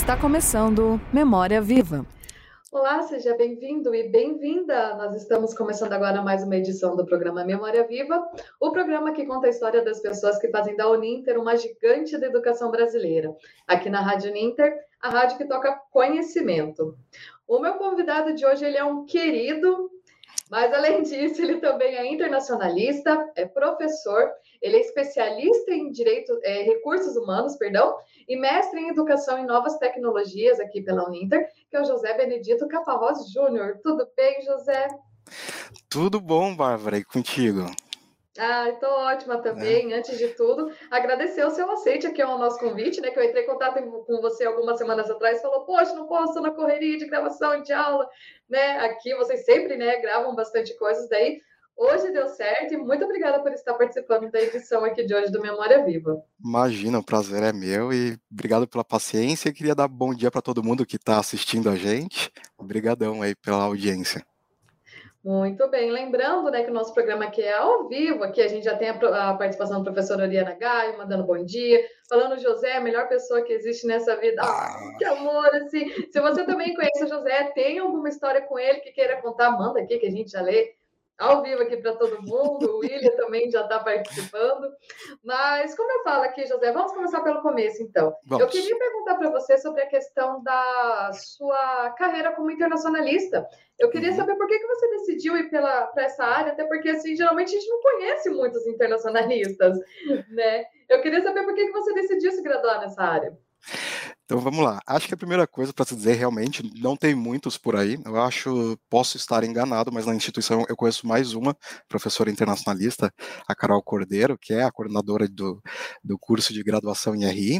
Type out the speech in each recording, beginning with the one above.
Está começando Memória Viva. Olá, seja bem-vindo e bem-vinda! Nós estamos começando agora mais uma edição do programa Memória Viva, o programa que conta a história das pessoas que fazem da Uninter uma gigante da educação brasileira. Aqui na Rádio Uninter, a rádio que toca conhecimento. O meu convidado de hoje, ele é um querido, mas além disso, ele também é internacionalista, é professor, ele é especialista em recursos humanos, e mestre em educação em novas tecnologias aqui pela Uninter, que é o José Benedito Caparrós Júnior. Tudo bem, José? Tudo bom, Bárbara, e contigo? Estou ótima também. Antes de tudo, agradecer o seu aceite aqui ao nosso convite, né? Que eu entrei em contato com você algumas semanas atrás, falou, poxa, não posso, estou na correria de gravação de aula, né? Aqui vocês sempre, né, gravam bastante coisas, daí hoje deu certo e muito obrigada por estar participando da edição aqui de hoje do Memória Viva. Imagina, o prazer é meu e obrigado pela paciência. Eu queria dar bom dia para todo mundo que está assistindo a gente. Obrigadão aí pela audiência. Muito bem, lembrando, né, que o nosso programa aqui é ao vivo, aqui a gente já tem a participação da professora Oriana Gaio, mandando bom dia, falando José, a melhor pessoa que existe nessa vida. Que amor, assim. Se você também conhece o José, tem alguma história com ele que queira contar, manda aqui que a gente já lê ao vivo aqui para todo mundo, o William também já está participando. Mas, como eu falo aqui, José, vamos começar pelo começo, então. Vamos. Eu queria perguntar para você sobre a questão da sua carreira como internacionalista. Eu queria saber por que você decidiu ir para essa área, até porque, assim, geralmente a gente não conhece muitos internacionalistas, né? Eu queria saber por que você decidiu se graduar nessa área. Então vamos lá. Acho que a primeira coisa para se dizer, realmente, não tem muitos por aí. Eu acho, posso estar enganado, mas na instituição eu conheço mais uma professora internacionalista, a Carol Cordeiro, que é a coordenadora do curso de graduação em RI.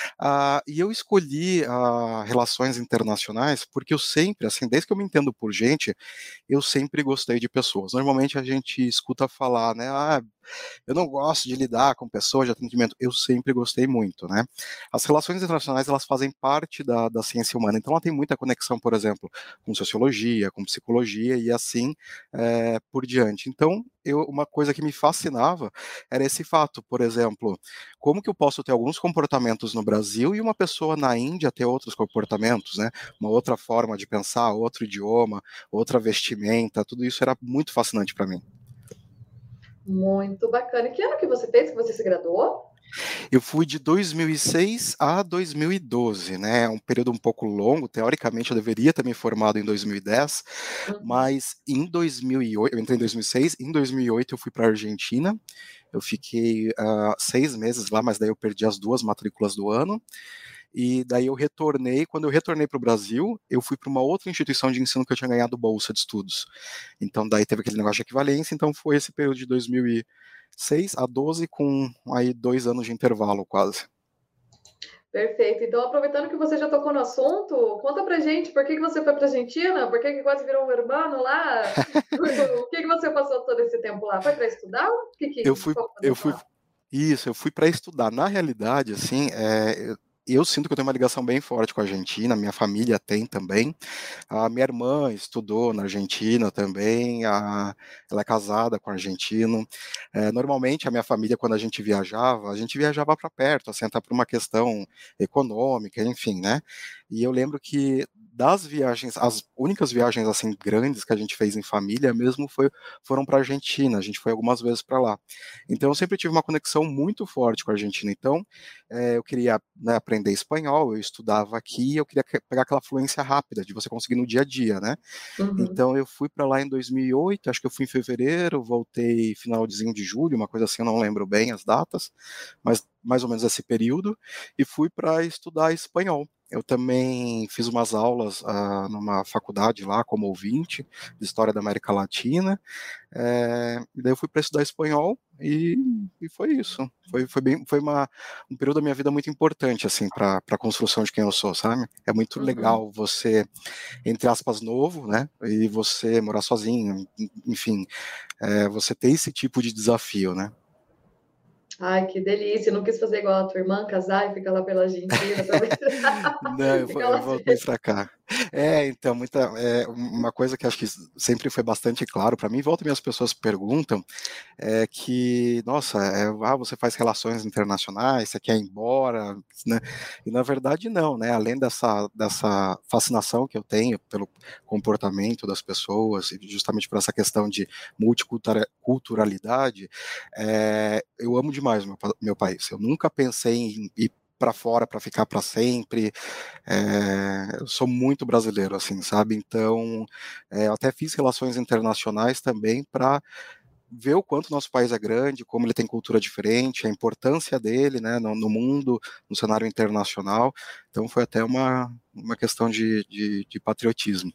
E eu escolhi relações internacionais porque eu sempre, assim, desde que eu me entendo por gente, eu sempre gostei de pessoas. Normalmente a gente escuta falar, né? Eu não gosto de lidar com pessoas de atendimento. Eu sempre gostei muito, né? As relações internacionais, elas fazem parte da ciência humana. Então, ela tem muita conexão, por exemplo, com sociologia, com psicologia e assim por diante. Então, uma coisa que me fascinava era esse fato, por exemplo, como que eu posso ter alguns comportamentos no Brasil e uma pessoa na Índia ter outros comportamentos, né? Uma outra forma de pensar, outro idioma, outra vestimenta, tudo isso era muito fascinante para mim. Muito bacana. E que ano que você fez que você se graduou? Eu fui de 2006 a 2012, né? Um período um pouco longo. Teoricamente, eu deveria ter me formado em 2010, mas em 2008, eu entrei em 2006, em 2008 eu fui para a Argentina. Eu fiquei 6 meses lá, mas daí eu perdi as 2 matrículas do ano. E daí eu retornei. Quando eu retornei para o Brasil, eu fui para uma outra instituição de ensino que eu tinha ganhado bolsa de estudos. Então daí teve aquele negócio de equivalência. Então foi esse período de 2006 a 12 com aí 2 anos de intervalo quase. Perfeito. Então, aproveitando que você já tocou no assunto, conta pra gente por que você foi pra Argentina, por que quase virou um irmão lá, o que você passou todo esse tempo lá? Foi para estudar? Eu fui para estudar. Na realidade, assim, eu sinto que eu tenho uma ligação bem forte com a Argentina, minha família tem também. A minha irmã estudou na Argentina também, ela é casada com argentino. Normalmente, a minha família, quando a gente viajava para perto, assim, até por uma questão econômica, enfim, né? E eu lembro que das viagens, as únicas viagens assim grandes que a gente fez em família mesmo foram para a Argentina. A gente foi algumas vezes para lá. Então, eu sempre tive uma conexão muito forte com a Argentina. Então, eu queria, né, aprender espanhol, eu estudava aqui, eu queria pegar aquela fluência rápida de você conseguir no dia a dia, né? Então, eu fui para lá em 2008, acho que eu fui em fevereiro, voltei finalzinho de julho, uma coisa assim, eu não lembro bem as datas, mas mais ou menos esse período, e fui para estudar espanhol. Eu também fiz umas aulas numa faculdade lá, como ouvinte, de História da América Latina, e daí eu fui para estudar espanhol, e foi isso. Foi um período da minha vida muito importante, assim, para a construção de quem eu sou, sabe? É muito legal você, entre aspas, novo, né? E você morar sozinho, enfim, você ter esse tipo de desafio, né? Ai, que delícia. Não quis fazer igual a tua irmã, casar e ficar lá pela Argentina também. Não, Ficar eu lá voltei para cá. Então, uma coisa que acho que sempre foi bastante claro para mim, volta e meia as pessoas perguntam, é que, nossa, você faz relações internacionais, você quer ir embora, né? E na verdade não, né? Além dessa fascinação que eu tenho pelo comportamento das pessoas, e justamente por essa questão de multiculturalidade, eu amo demais meu país. Eu nunca pensei em ir para fora para ficar para sempre. Eu sou muito brasileiro, assim, sabe? Então, eu até fiz relações internacionais também para ver o quanto nosso país é grande, como ele tem cultura diferente, a importância dele, né, no mundo, no cenário internacional. Então, foi até uma questão de patriotismo.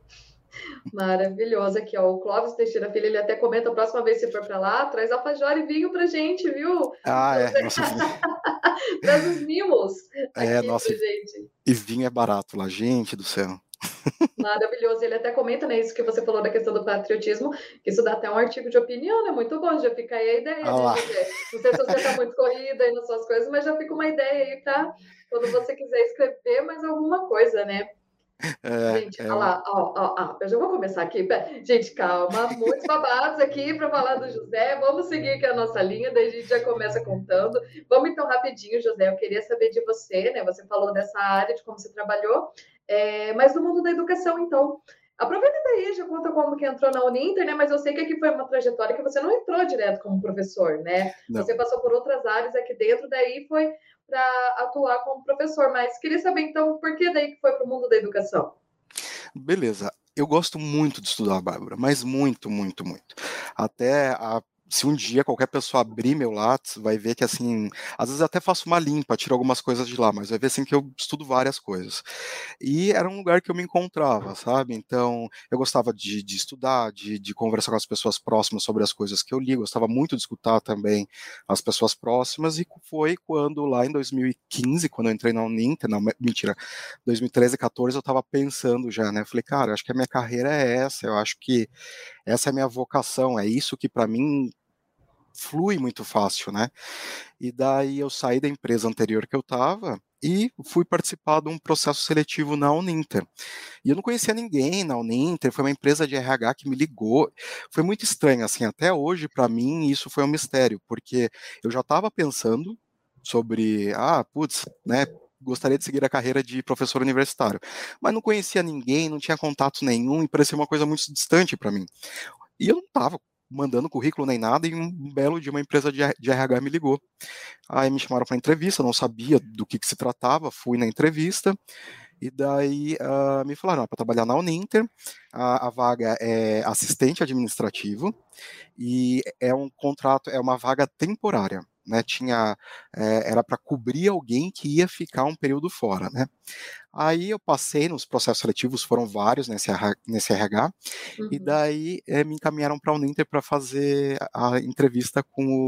Maravilhoso aqui, ó. O Clóvis Teixeira Filho, ele até comenta: a próxima vez que for para lá, traz alfajor e vinho pra gente, viu? Nossa, Traz os mimos aqui nossa, pra gente. e vinho é barato lá, gente do céu. Maravilhoso. Ele até comenta, né, isso que você falou da questão do patriotismo, que isso dá até um artigo de opinião, né? Muito bom, já fica aí a ideia, Ah né, lá. José? Não sei se você está muito corrida aí nas suas coisas, mas já fica uma ideia aí para quando você quiser escrever mais alguma coisa, né? É, Gente, é, olha lá, eu já vou começar aqui. Gente, calma, muitos babados aqui para falar do José. Vamos seguir aqui a nossa linha, daí a gente já começa contando. Vamos então rapidinho, José. Eu queria saber de você, né? Você falou dessa área, de como você trabalhou, mas no mundo da educação, então. Aproveita daí, já conta como que entrou na Uninter, né? Mas eu sei que aqui foi uma trajetória que você não entrou direto como professor, né? não. Você passou por outras áreas aqui dentro, daí foi para atuar como professor. Mas queria saber, então, por que daí que foi para o mundo da educação? Beleza. Eu gosto muito de estudar, Bárbara, mas muito, muito, muito. Se um dia qualquer pessoa abrir meu Lattes, vai ver que, assim, às vezes até faço uma limpa, tiro algumas coisas de lá, mas vai ver, assim, que eu estudo várias coisas. E era um lugar que eu me encontrava, sabe? Então, eu gostava de estudar, de conversar com as pessoas próximas sobre as coisas que eu li, gostava muito de escutar também as pessoas próximas, e foi quando, lá em 2015, quando eu entrei na Uninter, não, mentira, 2013, 14, eu estava pensando já, né? Eu falei, cara, acho que a minha carreira é essa, eu acho que essa é a minha vocação, é isso que para mim flui muito fácil, né? E daí eu saí da empresa anterior que eu estava e fui participar de um processo seletivo na Uninter. E eu não conhecia ninguém na Uninter, foi uma empresa de RH que me ligou. Foi muito estranho, assim, até hoje para mim isso foi um mistério, porque eu já estava pensando sobre, putz, né, gostaria de seguir a carreira de professor universitário, mas não conhecia ninguém, não tinha contato nenhum e parecia uma coisa muito distante para mim. E eu não estava mandando currículo nem nada, e um belo dia uma empresa de RH me ligou. Aí me chamaram para entrevista, eu não sabia do que se tratava, fui na entrevista, e daí me falaram, para trabalhar na Uninter, a vaga é assistente administrativo, e é um contrato, é uma vaga temporária, né? Era para cobrir alguém que ia ficar um período fora, né? Aí eu passei nos processos seletivos, foram vários nesse RH, e Uhum. daí me encaminharam para a Uninter para fazer a entrevista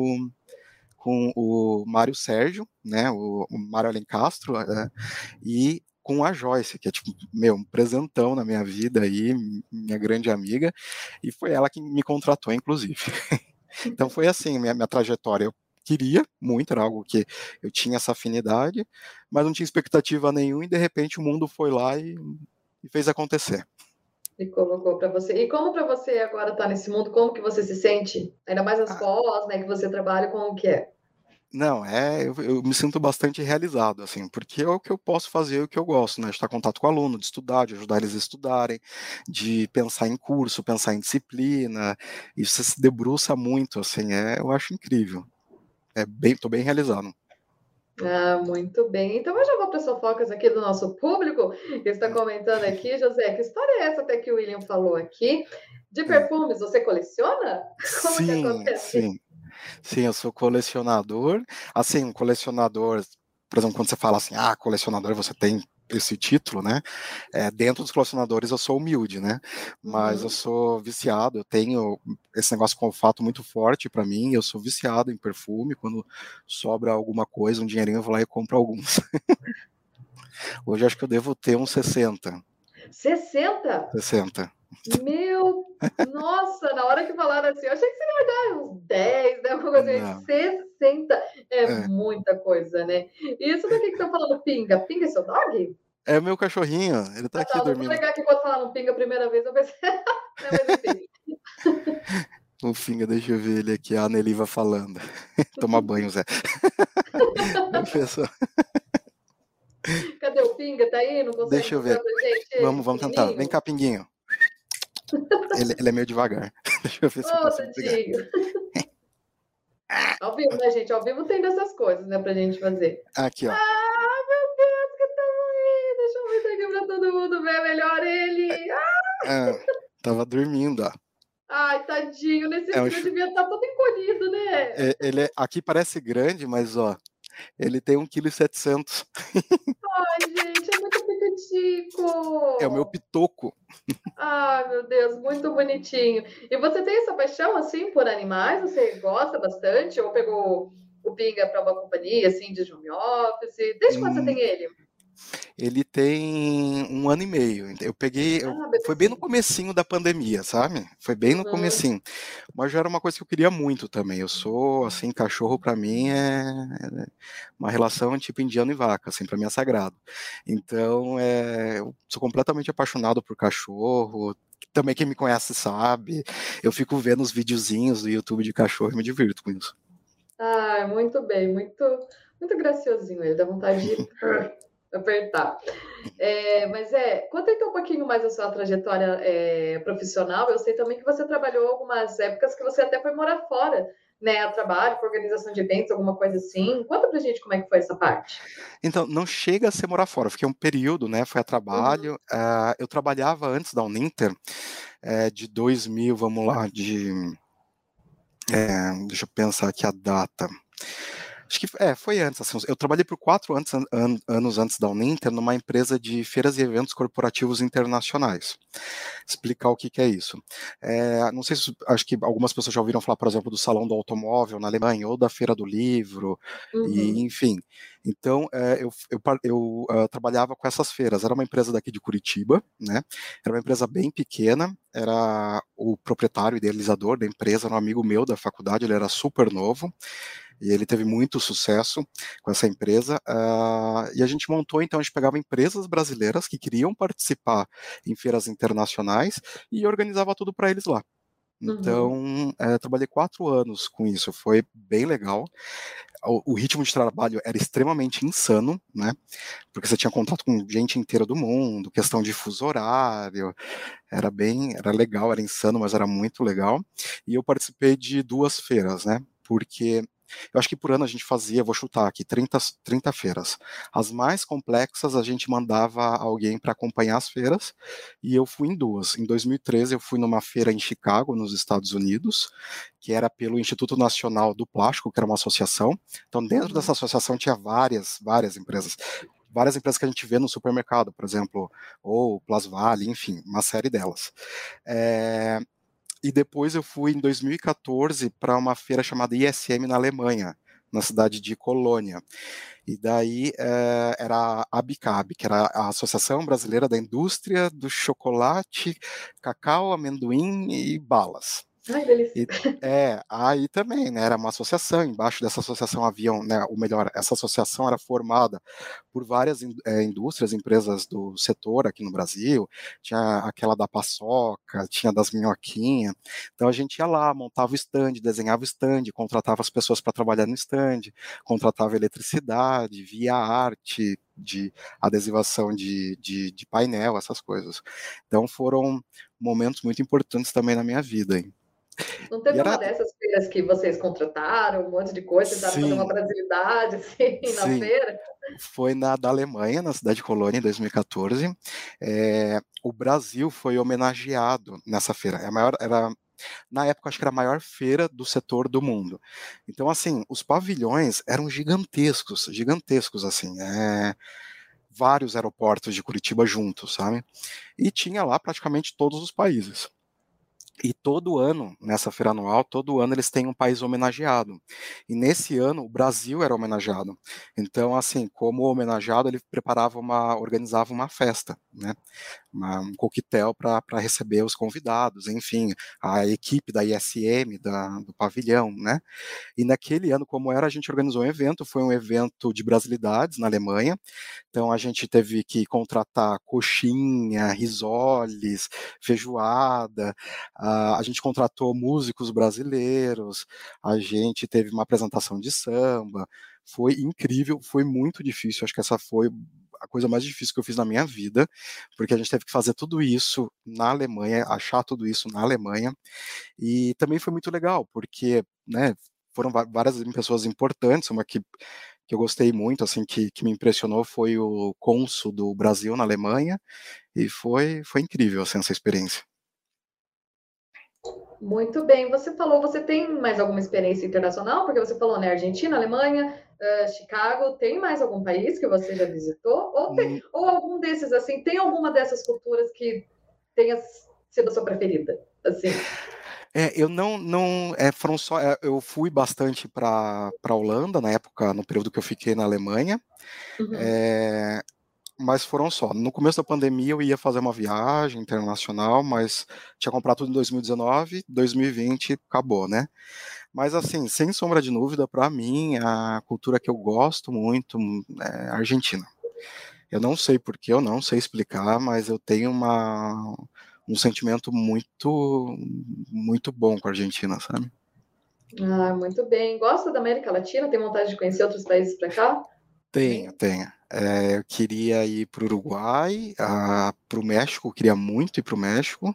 com o Mário Sérgio, né, o Mário Alencastro, e com a Joyce, que é tipo, um presentão na minha vida aí, minha grande amiga, e foi ela que me contratou, inclusive. Então foi assim, minha trajetória. Eu queria muito, era algo que eu tinha essa afinidade, mas não tinha expectativa nenhuma, e de repente o mundo foi lá e fez acontecer. E colocou para você. E como para você agora estar nesse mundo, como que você se sente? Ainda mais as Ah, pós, né, que você trabalha, como que é? não, eu me sinto bastante realizado, assim, porque é o que eu posso fazer, é o que eu gosto, né? De estar em contato com o aluno, de estudar, de ajudar eles a estudarem, de pensar em curso, pensar em disciplina, isso você se debruça muito, assim, eu acho incrível. Tô bem realizado. Ah, muito bem. Então eu já vou para as fofocas aqui do nosso público, que está comentando aqui, José, que história é essa até que o William falou aqui? De É. perfumes, você coleciona? Como que Sim, acontece? sim. Sim, eu sou colecionador. Assim, um colecionador, por exemplo, quando você fala assim, colecionador, você tem esse título, né? Dentro dos colecionadores eu sou humilde, né? Mas eu Uhum. sou viciado, eu tenho esse negócio com olfato muito forte para mim, eu sou viciado em perfume, quando sobra alguma coisa, um dinheirinho, eu vou lá e compro alguns. Hoje eu acho que eu devo ter uns 60. 60? 60. Nossa, na hora que falaram assim, eu achei que você ia dar uns 10, né? Uma coisa assim, Não, 60 é é. muita coisa, né? E isso daqui que estão falando, pinga. Pinga é seu dog? É o meu cachorrinho, ele tá Ah, aqui tá. Não vou dormindo. negar que quando falaram pinga a primeira vez, eu pensei. Não, mas enfim. O Finga, deixa eu ver ele aqui, a Neliva falando. Toma banho, Zé. Pessoal, Cadê o pinga? Tá aí? Não consegue deixa eu ver. mostrar pra gente ele, Vamos tentar. Vem pequenininho? cá, Pinguinho. Ele é meio devagar. Deixa eu ver se eu Ô, consigo pegar. tadinho. Ao vivo, né, gente? Ao vivo tem dessas coisas, né, pra gente fazer. Aqui, ó. Ah, meu Deus, que tamanho! Deixa eu ver aqui pra todo mundo ver melhor ele. Ah, tava dormindo, ó. Ai, tadinho. Nesse É um, vídeo devia estar todo encolhido, né? aqui parece grande, mas ó, ele tem 1,7 kg. Ai, gente, é muito É o meu piquitico. pitoco. Ai, meu Deus, muito bonitinho. E você tem essa paixão, assim, por animais? Você gosta bastante? Ou pegou o Pinga para uma companhia, assim, de home office? Desde quando você Hum, tem ele? Ele tem 1 ano e meio. Eu peguei, Ah, foi bem no bebezinho. comecinho da pandemia, sabe? Foi bem no Uhum. comecinho. Mas já era uma coisa que eu queria muito também. Eu sou, assim, cachorro pra mim é uma relação tipo indiano e vaca, assim, pra mim é sagrado. Então, eu sou completamente apaixonado por cachorro. Também quem me conhece sabe. Eu fico vendo os videozinhos do YouTube de cachorro e me divirto com isso. Ai, muito bem, muito, muito graciosinho ele, dá vontade de apertar. Conta então um pouquinho mais a sua trajetória profissional. Eu sei também que você trabalhou algumas épocas que você até foi morar fora, né? A trabalho, com organização de eventos, alguma coisa assim. Conta pra gente como é que foi essa parte. Então, não chega a ser morar fora. Eu fiquei um período, né? Foi a Uhum, trabalho. Eu trabalhava antes da Uninter, de 2000, vamos lá, deixa eu pensar aqui a data. Acho que foi antes. Assim, eu trabalhei por 4 anos antes da Uninter numa empresa de feiras e eventos corporativos internacionais. Explicar o que é isso. Não sei se acho que algumas pessoas já ouviram falar, por exemplo, do Salão do Automóvel na Alemanha ou da Feira do Livro, e uhum, enfim. Então, eu trabalhava com essas feiras. Era uma empresa daqui de Curitiba, né? Era uma empresa bem pequena. Era o proprietário, idealizador da empresa, era um amigo meu da faculdade. Ele era super novo e ele teve muito sucesso com essa empresa. E a gente montou, então, a gente pegava empresas brasileiras que queriam participar em feiras internacionais e organizava tudo para eles lá. uhum. Então, trabalhei 4 anos com isso, foi bem legal. O ritmo de trabalho era extremamente insano, né? Porque você tinha contato com gente inteira do mundo, questão de fuso horário, era legal, era insano, mas era muito legal. E eu participei de 2 feiras, né? Porque eu acho que por ano a gente fazia, vou chutar aqui, 30 feiras. As mais complexas a gente mandava alguém para acompanhar as feiras, e eu fui em 2. Em 2013 eu fui numa feira em Chicago, nos Estados Unidos, que era pelo Instituto Nacional do Plástico, que era uma associação. Então dentro dessa Uhum. associação tinha várias empresas. Várias empresas que a gente vê no supermercado, por exemplo, ou Plasvale, enfim, uma série delas. É, e depois eu fui em 2014 para uma feira chamada ISM na Alemanha, na cidade de Colônia. E daí era a ABICAB, que era a Associação Brasileira da Indústria do Chocolate, Cacau, Amendoim e Balas. Ai, delícia. E, aí também, né, era uma associação, embaixo dessa associação haviam, né, ou melhor, essa associação era formada por várias indústrias, empresas do setor aqui no Brasil, tinha aquela da paçoca, tinha das minhoquinhas, então a gente ia lá, montava o stand, desenhava o stand, contratava as pessoas para trabalhar no stand, contratava eletricidade, via arte, de adesivação de painel, essas coisas. Então foram momentos muito importantes também na minha vida, hein? Não E teve uma era, dessas feiras que vocês contrataram, um monte de coisa, tentaram fazer uma sim, brasilidade, assim, na sim, feira? foi da Alemanha, na cidade de Colônia, em 2014. O Brasil foi homenageado nessa feira. Na época, acho que era a maior feira do setor do mundo. Então, assim, os pavilhões eram gigantescos, gigantescos, assim. Vários aeroportos de Curitiba juntos, sabe? E tinha lá praticamente todos os países. E todo ano, nessa feira anual, todo ano eles têm um país homenageado. E nesse ano, o Brasil era homenageado. Então, assim, como homenageado, ele organizava uma festa, né? Um coquetel para receber os convidados, enfim, a equipe da ISM, do pavilhão, né? E naquele ano, como era, a gente organizou um evento, foi um evento de brasilidades na Alemanha, então a gente teve que contratar coxinha, risoles, feijoada, a gente contratou músicos brasileiros, a gente teve uma apresentação de samba, foi incrível, foi muito difícil, acho que essa foi a coisa mais difícil que eu fiz na minha vida, porque a gente teve que fazer tudo isso na Alemanha, achar tudo isso na Alemanha, e também foi muito legal, porque, né, foram várias pessoas importantes, uma que eu gostei muito, assim, que me impressionou foi o cônsul do Brasil na Alemanha, e foi incrível, assim, essa experiência. Muito bem. Você tem mais alguma experiência internacional? Porque você falou, né, Argentina, Alemanha, Chicago. Tem mais algum país que você já visitou? Hum, Ou algum desses, assim, tem alguma dessas culturas que tenha sido a sua preferida? Assim. eu não foram só, eu fui bastante para Holanda na época, no período que eu fiquei na Alemanha, Uhum. é, mas foram só. No começo da pandemia eu ia fazer uma viagem internacional, mas tinha comprado tudo em 2019, 2020 acabou, né? Mas assim, sem sombra de dúvida, para mim, a cultura que eu gosto muito é a Argentina. Eu não sei porquê, eu não sei explicar, mas eu tenho um sentimento muito bom com a Argentina, sabe? Ah, muito bem. Gosta da América Latina? Tem vontade de conhecer outros países para cá? Tenho, Também? tenho. Eu queria ir para o Uruguai, para o México, eu queria muito ir para o México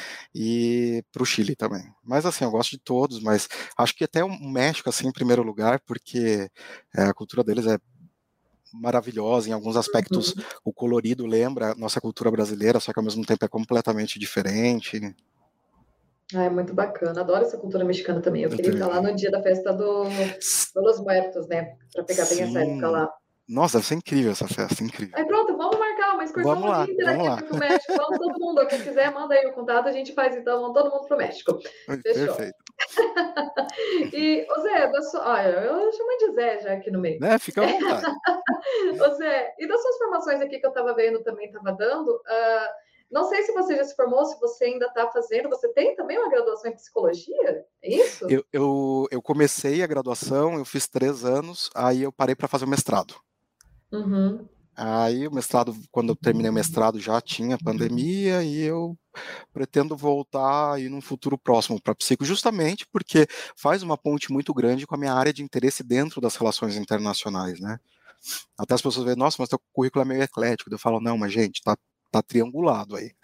e para o Chile também. Mas assim, eu gosto de todos, mas acho que até o México, assim, em primeiro lugar, porque a cultura deles é maravilhosa, em alguns aspectos Uhum. o colorido lembra a nossa cultura brasileira, só que ao mesmo tempo é completamente diferente. Ah, é muito bacana. Adoro essa cultura mexicana também. Eu Eu queria estar lá também. no dia da festa do Los Muertos, né? Para pegar bem essa época Sim. lá. Nossa, deve ser incrível essa festa, incrível. Aí pronto, vamos marcar uma excursão Vamos no lá, dia vamos lá. interativo para o México. Vamos todo mundo. Quem quiser, manda aí o contato, a gente faz então. Vamos todo mundo para o México. Fechou. Perfeito. E, ô Zé, olha, eu chamo de Zé já aqui no meio. Né? Fica à vontade. Ô Zé, e das suas formações aqui que eu estava vendo também estava dando, não sei se você já se formou, se você ainda está fazendo, você tem também uma graduação em psicologia? É isso? Eu comecei a graduação, eu fiz 3 anos, aí eu parei para fazer o mestrado. Uhum. Aí o mestrado, quando eu terminei o mestrado, já tinha pandemia e eu pretendo voltar aí num futuro próximo para psico, justamente porque faz uma ponte muito grande com a minha área de interesse dentro das relações internacionais, né? Até as pessoas veem, nossa, mas teu currículo é meio eclético. Eu falo, não, mas gente, tá triangulado aí.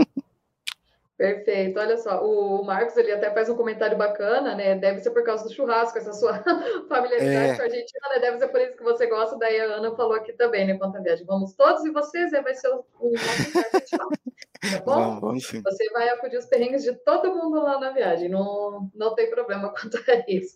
Perfeito. Olha só, o Marcos ele até faz um comentário bacana, né? Deve ser por causa do churrasco, essa sua familiaridade com É, a Argentina, né? Deve ser por isso que você gosta. Daí a Ana falou aqui também, né? Quanto à viagem. Vamos todos e você, Zé, vai ser o nosso target lá, tá bom? vamos sim. Você vai acudir os perrengues de todo mundo lá na viagem, não tem problema quanto a isso.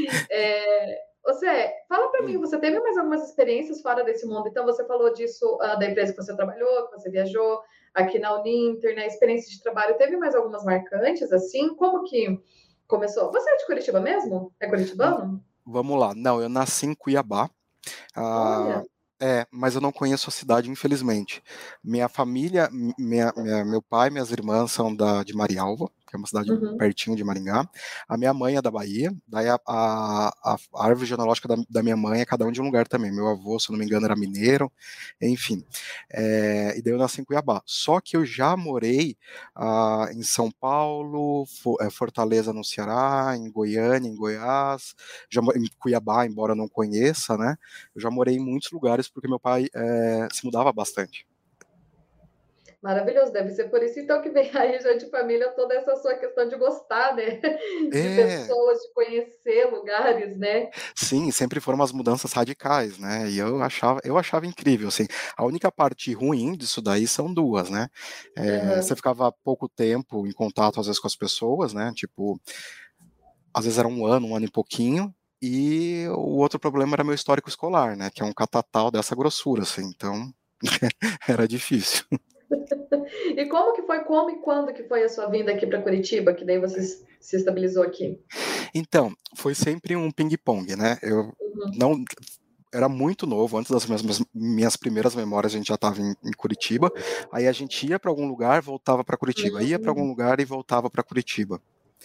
Você, fala para mim, Hum. você teve mais algumas experiências fora desse mundo? Então, você falou disso, da empresa que você trabalhou, que você viajou, aqui na Uninter, né? Experiência de trabalho. Teve mais algumas marcantes, assim? Como que começou? Você é de Curitiba mesmo? É curitibano? Vamos lá. Não, eu nasci em Cuiabá. Ah, Olha. mas eu não conheço a cidade, infelizmente. Minha família, meu pai e minhas irmãs são de Marialva, que é uma cidade Uhum. pertinho de Maringá. A minha mãe é da Bahia, daí a árvore genealógica da minha mãe é cada um de um lugar também. Meu avô, se eu não me engano, era mineiro, enfim. E daí eu nasci em Cuiabá. Só que eu já morei em São Paulo, Fortaleza no Ceará, em Goiânia, em Goiás, em Cuiabá, embora eu não conheça, né? Eu já morei em muitos lugares porque meu pai se mudava bastante. Maravilhoso, deve ser por isso então que vem aí já de família toda essa sua questão de gostar, né? De É, pessoas, de conhecer lugares, né? sim, sempre foram umas mudanças radicais, né? E eu achava incrível, assim. A única parte ruim disso daí são duas, né? Você Uhum. ficava pouco tempo em contato, às vezes, com as pessoas, né? Tipo, às vezes era um ano e pouquinho, e o outro problema era meu histórico escolar, né? Que é um catatal dessa grossura, assim. Então, era difícil. E como que foi, como e quando que foi a sua vinda aqui para Curitiba, que daí você se estabilizou aqui? Então, foi sempre um ping-pong, né? Eu Uhum. não era muito novo, antes das minhas primeiras memórias a gente já estava em Curitiba. Aí a gente ia para algum lugar, voltava para Curitiba, ia para algum lugar e voltava para Curitiba.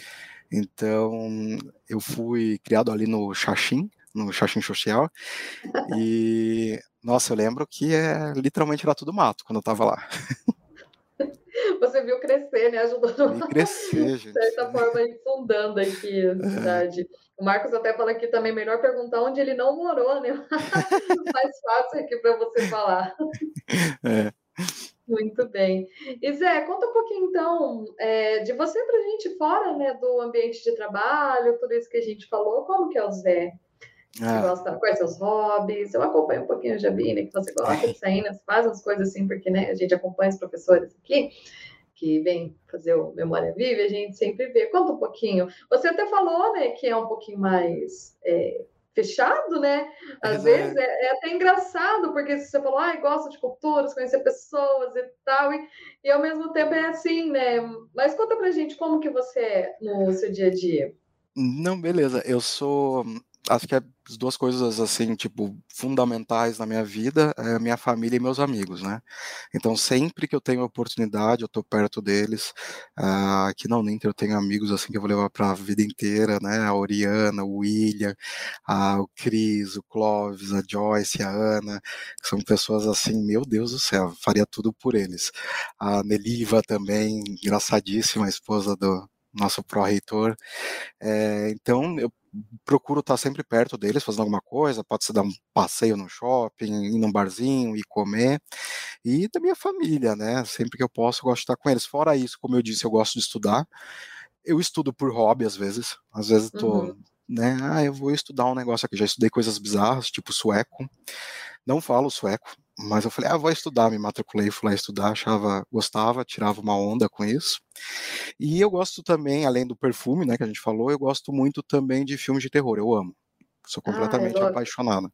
Então, eu fui criado ali no Xaxim Social, e nossa, eu lembro que literalmente era tudo mato quando eu estava lá. Você viu crescer, né? Ajudou, Vi crescer, de gente. certa forma, aí fundando aqui a cidade. O Marcos até fala aqui também, melhor perguntar onde ele não morou, né? Mais fácil aqui para você falar. É. Muito bem. E Zé, conta um pouquinho então de você para a gente fora, né, do ambiente de trabalho, tudo isso que a gente falou. Como que é o Zé? Você Ah, gosta, quais seus hobbies? Eu acompanho um pouquinho, já vi, né, que você gosta de sair, né, você faz umas coisas assim, porque, né, a gente acompanha os professores aqui, que vem fazer o Memória Viva, a gente sempre vê. Conta um pouquinho. Você até falou, né, que é um pouquinho mais fechado, né? Às vezes é até engraçado, porque você falou, gosta de culturas, conhecer pessoas e tal, e ao mesmo tempo é assim, né? Mas conta pra gente como que você é no seu dia a dia. Não, beleza. Eu sou. Acho que as duas coisas, assim, tipo, fundamentais na minha vida é a minha família e meus amigos, né? Então, sempre que eu tenho oportunidade, eu tô perto deles. Aqui na Uninter eu tenho amigos, assim, que eu vou levar pra vida inteira, né? A Oriana, o William, o Cris, o Clóvis, a Joyce, a Ana, que são pessoas, assim, meu Deus do céu, faria tudo por eles. A Neliva também, engraçadíssima, a esposa do nosso pró-reitor. Então, eu procuro estar sempre perto deles, fazendo alguma coisa, pode ser dar um passeio no shopping, ir num barzinho e comer, e da minha família, né? Sempre que eu posso, eu gosto de estar com eles. Fora isso, como eu disse, eu gosto de estudar. Eu estudo por hobby, às vezes Uhum. tô, né? Eu vou estudar um negócio aqui. Já estudei coisas bizarras, tipo sueco. Não falo sueco, mas eu falei, vou estudar, me matriculei, fui lá estudar, gostava, tirava uma onda com isso. E eu gosto também, além do perfume, né, que a gente falou, eu gosto muito também de filmes de terror, eu amo. Sou completamente Lógico. apaixonado.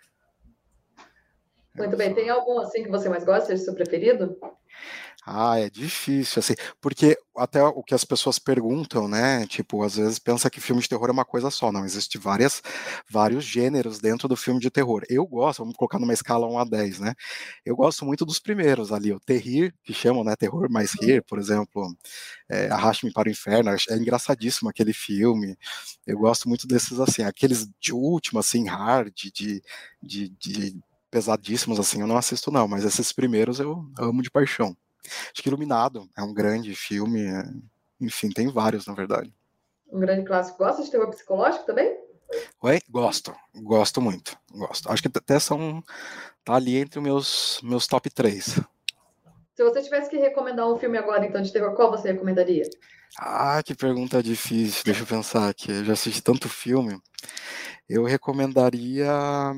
Muito Eu bem. Tem sou... algum assim que você mais gosta, seja seu preferido? É difícil, assim, porque até o que as pessoas perguntam, né, tipo, às vezes pensa que filme de terror é uma coisa só, não, existe vários gêneros dentro do filme de terror. Eu gosto, vamos colocar numa escala 1 a 10, né, eu gosto muito dos primeiros ali, o Terrir, que chamam, né, Terror mais Rir, por exemplo, Arraste-me para o Inferno, é engraçadíssimo aquele filme, eu gosto muito desses, assim, aqueles de último, assim, hard, de pesadíssimos, assim, eu não assisto não, mas esses primeiros eu amo de paixão. Acho que Iluminado é um grande filme, enfim, tem vários, na verdade. Um grande clássico. Gosta de terror psicológico também? Oi? Gosto muito, gosto. Acho que até tá ali entre os meus top 3. Se você tivesse que recomendar um filme agora, então, de terror, qual você recomendaria? Que pergunta difícil, deixa eu pensar aqui, eu já assisti tanto filme, eu recomendaria,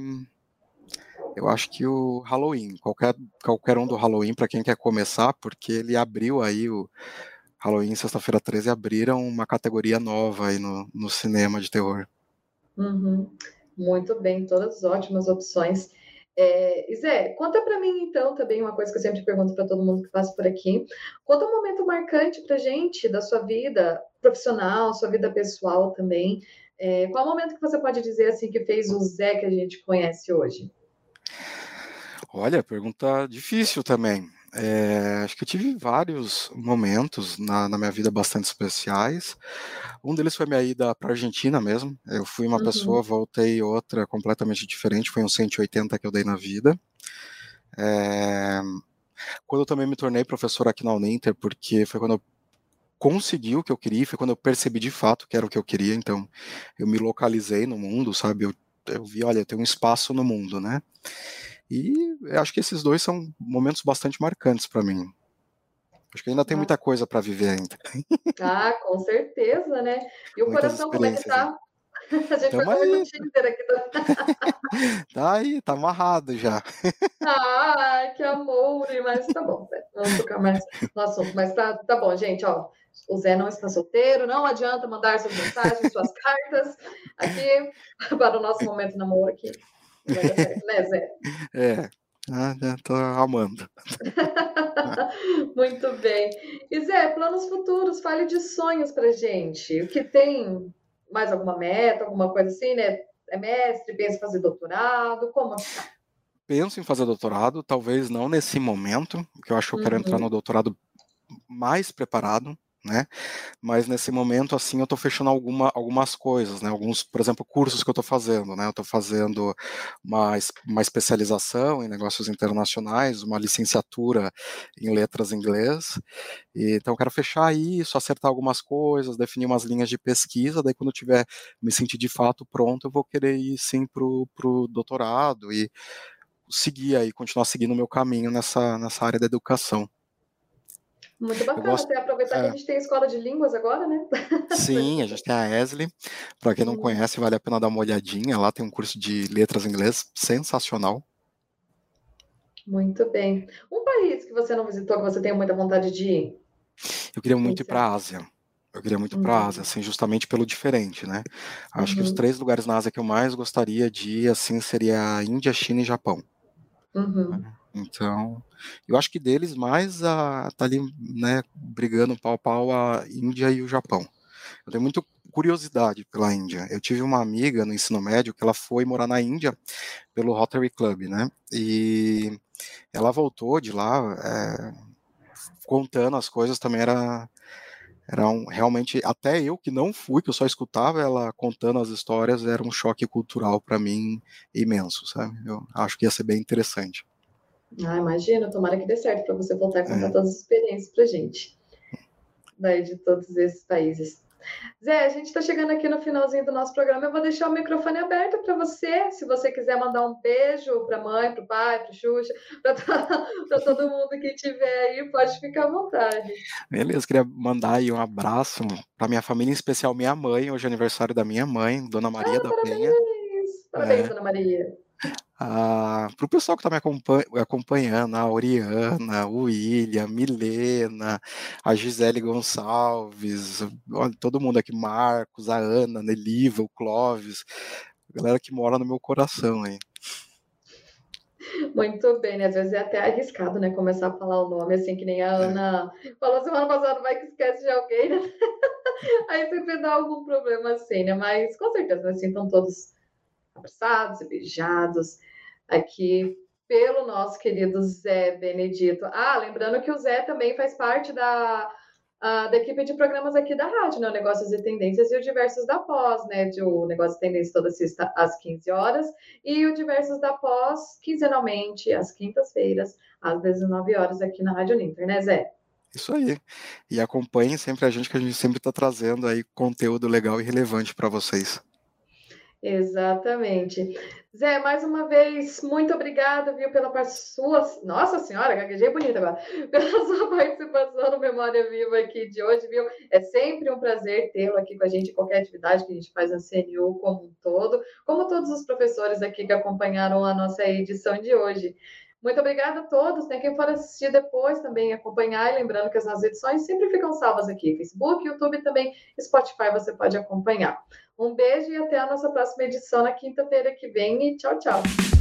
eu acho que o Halloween, qualquer um do Halloween para quem quer começar, porque ele abriu aí o Halloween, sexta-feira 13, abriram uma categoria nova aí no cinema de terror. Uhum. Muito bem, todas ótimas opções. E Zé, conta para mim então também uma coisa que eu sempre pergunto para todo mundo que passa por aqui. Conta um momento marcante para gente da sua vida profissional, sua vida pessoal também. Qual o momento que você pode dizer assim que fez o Zé que a gente conhece hoje? Olha, pergunta difícil também. Acho que eu tive vários momentos na minha vida bastante especiais. Um deles foi minha ida para a Argentina mesmo. Eu fui uma pessoa, Uhum. voltei outra completamente diferente. Foi um 180 que eu dei na vida. É, Quando eu também me tornei professor aqui na Uninter, porque foi quando eu consegui o que eu queria, foi quando eu percebi de fato que era o que eu queria. Então, eu me localizei no mundo, sabe? Eu vi, olha, eu tenho um espaço no mundo, né? E eu acho que esses dois são momentos bastante marcantes para mim. Acho que ainda tem muita coisa para viver ainda. Com certeza, né? E o Muitas coração, como é que experiências ainda. tá? A gente vai Tamo fazer muito aí, Tinder aqui. tá aí, tá amarrado já. Que amor! Mas tá bom, Zé. Vamos tocar mais no assunto. Mas tá bom, gente, ó. O Zé não está solteiro, não adianta mandar suas mensagens, suas cartas aqui para o nosso momento de namoro aqui. Não vai dar certo, né, Zé? É. Já tô amando. Muito bem. E Zé, planos futuros, fale de sonhos pra gente. O que tem? Mais alguma meta, alguma coisa assim, né? É mestre, pensa em fazer doutorado? Como que tá? Penso em fazer doutorado, talvez não nesse momento, porque eu acho que eu quero entrar no Uhum. doutorado mais preparado, né? Mas nesse momento, assim, eu estou fechando algumas coisas, né? Alguns, por exemplo, cursos que eu estou fazendo, né? Eu estou fazendo uma especialização em negócios internacionais, uma licenciatura em letras em inglês, e, então eu quero fechar isso, acertar algumas coisas, definir umas linhas de pesquisa, daí quando eu tiver, me sentir de fato pronto, eu vou querer ir sim pro doutorado e seguir aí, continuar seguindo o meu caminho nessa área da educação. Muito Eu bacana. gosto, Até aproveitar que a é, gente tem escola de línguas agora, né? sim, a gente tem a Esli. Para quem não Hum, conhece, vale a pena dar uma olhadinha. Lá tem um curso de letras em inglês sensacional. muito bem. Um país que você não visitou, que você tem muita vontade de ir? Eu queria muito ir para Conhecer. a Ásia. Eu queria muito para a Ásia, Uhum. assim, justamente pelo diferente, né? Acho que os Uhum. 3 lugares na Ásia que eu mais gostaria de ir, assim, seria a Índia, China e Japão. Uhum. Então, eu acho que deles mais tá ali, né, brigando pau a pau a Índia e o Japão. Eu tenho muita curiosidade pela Índia. Eu tive uma amiga no ensino médio que ela foi morar na Índia pelo Rotary Club, né? E ela voltou de lá contando as coisas, também realmente, até eu que não fui, que eu só escutava ela contando as histórias, era um choque cultural para mim imenso, sabe? Eu acho que ia ser bem interessante. Ah, imagina, tomara que dê certo para você voltar a contar É, todas as experiências pra gente, daí de todos esses países. Zé, a gente está chegando aqui no finalzinho do nosso programa. Eu vou deixar o microfone aberto para você, se você quiser mandar um beijo para a mãe, para o pai, para o Xuxa, para todo mundo que estiver aí, pode ficar à vontade. beleza, queria mandar aí um abraço para minha família, em especial minha mãe, hoje é aniversário da minha mãe, Dona Maria da Penha. Parabéns! Parabéns, É, Dona Maria. para o pessoal que está me acompanhando, a Oriana, o William, Milena, a Gisele Gonçalves, olha, todo mundo aqui, Marcos, a Ana, a Neliva, o Clóvis, galera que mora no meu coração aí. Muito bem, né? Às vezes é até arriscado, né? Começar a falar o nome, assim, que nem a Ana falou semana passada, vai que esquece de alguém, né? Aí sempre dá algum problema assim, né? Mas com certeza, assim, estão todos abraçados e beijados aqui pelo nosso querido Zé Benedito. Ah, lembrando que o Zé também faz parte da equipe de programas aqui da rádio, né? O Negócios e Tendências e o Diversos da Pós, né? De o Negócio e Tendências toda sexta às 15 horas e o Diversos da Pós quinzenalmente às quintas-feiras às 19 horas aqui na Rádio Ninter, né, Zé? Isso aí. E acompanhem sempre a gente, que a gente sempre está trazendo aí conteúdo legal e relevante para vocês. Exatamente. Zé, mais uma vez, muito obrigada, viu, pela sua. Nossa Senhora, gaguejei bonita agora. Pela sua participação no Memória Viva aqui de hoje, viu? É sempre um prazer tê-lo aqui com a gente em qualquer atividade que a gente faz na CNU como um todo, como todos os professores aqui que acompanharam a nossa edição de hoje. Muito obrigada a todos, né? Quem for assistir depois também acompanhar, e lembrando que as nossas edições sempre ficam salvas aqui, Facebook, YouTube e também Spotify, você pode acompanhar. Um beijo e até a nossa próxima edição na quinta-feira que vem. E tchau, tchau.